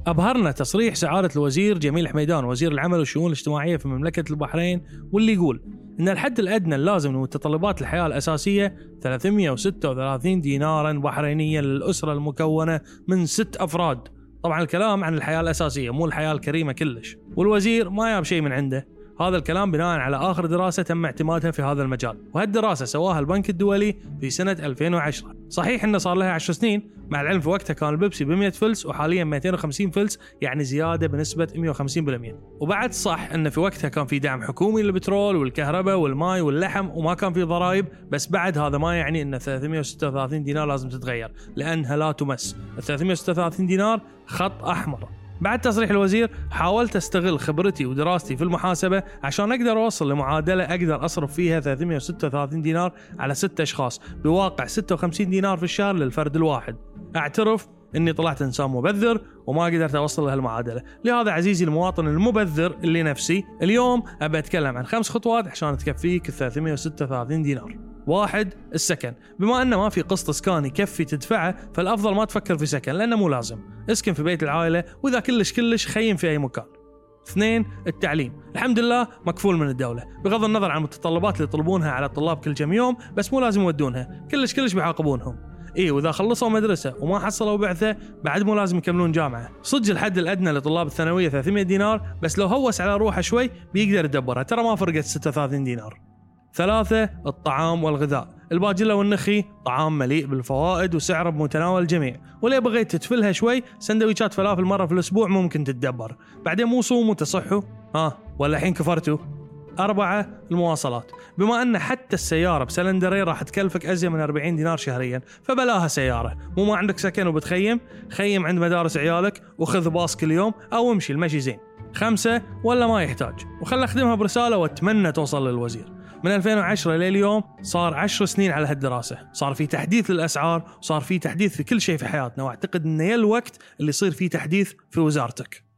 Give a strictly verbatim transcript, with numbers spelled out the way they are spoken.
أبهرنا تصريح سعادة الوزير جميل حميدان وزير العمل والشؤون الاجتماعية في مملكة البحرين، واللي يقول إن الحد الأدنى اللازم لمتطلبات الحياة الأساسية ثلاثمئة وستة وثلاثين دينارا بحرينيا للأسرة المكونة من ست أفراد. طبعا الكلام عن الحياة الأساسية مو الحياة الكريمة كلش، والوزير ما ياب شيء من عنده. هذا الكلام بناء على آخر دراسة تم اعتمادها في هذا المجال، وهالدراسة سواها البنك الدولي في سنة ألفين وعشرة. صحيح إنه صار لها عشر سنين، مع العلم في وقتها كان البيبسي بمئة فلس وحاليا مئتين وخمسين فلس، يعني زيادة بنسبة مئة وخمسين بالمئة. وبعد صح إنه في وقتها كان في دعم حكومي للبترول والكهرباء والماء واللحم وما كان في ضرائب، بس بعد هذا ما يعني إن ثلاثمئة وستة وثلاثين دينار لازم تتغير، لأنها لا تمس. ثلاثمئة وستة وثلاثين دينار خط أحمر. بعد تصريح الوزير حاولت استغل خبرتي ودراستي في المحاسبة عشان أقدر أوصل لمعادلة أقدر أصرف فيها ثلاثمئة وستة وثلاثين دينار على ستة أشخاص بواقع ستة وخمسين دينار في الشهر للفرد الواحد. أعترف أني طلعت إنسان مبذر وما قدرت أوصل لهالمعادلة. لهذا عزيزي المواطن المبذر اللي نفسي، اليوم أبى أتكلم عن خمس خطوات عشان تكفيك ثلاثمئة وستة وثلاثين دينار. واحد، السكن. بما أنه ما في قسط إسكان يكفي تدفعه، فالأفضل ما تفكر في سكن لأنه مو لازم. اسكن في بيت العائلة، وإذا كلش كلش خيم في أي مكان. اثنين، التعليم. الحمد لله مكفول من الدولة، بغض النظر عن المتطلبات اللي يطلبونها على الطلاب كل كم يوم، بس مو لازم يودونها، كلش كلش بيعاقبونهم. إيه، وإذا خلصوا مدرسة وما حصلوا بعثة بعد مو لازم يكملون جامعة. صدق الحد الأدنى لطلاب الثانوية ثلاثمئة دينار، بس لو هوس على روحه شوي بيقدر يدبرها، ترى ما فرقت ستة وثلاثين دينار. ثلاثة، الطعام والغذاء. الباجلة والنخي طعام مليء بالفوائد وسعره بمتناول الجميع، ولي بغيت تتفلها شوي سندويشات فلافل مرة في الأسبوع ممكن تتدبر، بعدين مو صوم وتصحوا ها ولا الحين كفرتوا. أربعة، المواصلات. بما أن حتى السيارة بسلندرين راح تكلفك أزيد من أربعين دينار شهريا، فبلاها سيارة. مو ما عندك سكن وبتخيم، خيم عند مدارس عيالك وخذ باص كل يوم أو امشي، المشي زين. خمسة، ولا ما يحتاج، وخل أخدمها برسالة واتمنى توصل للوزير. من ألفين وعشرة لليوم صار عشر سنين على هالدراسة، صار في تحديث للأسعار وصار في تحديث في كل شيء في حياتنا، واعتقد إن يا الوقت اللي يصير فيه تحديث في وزارتك.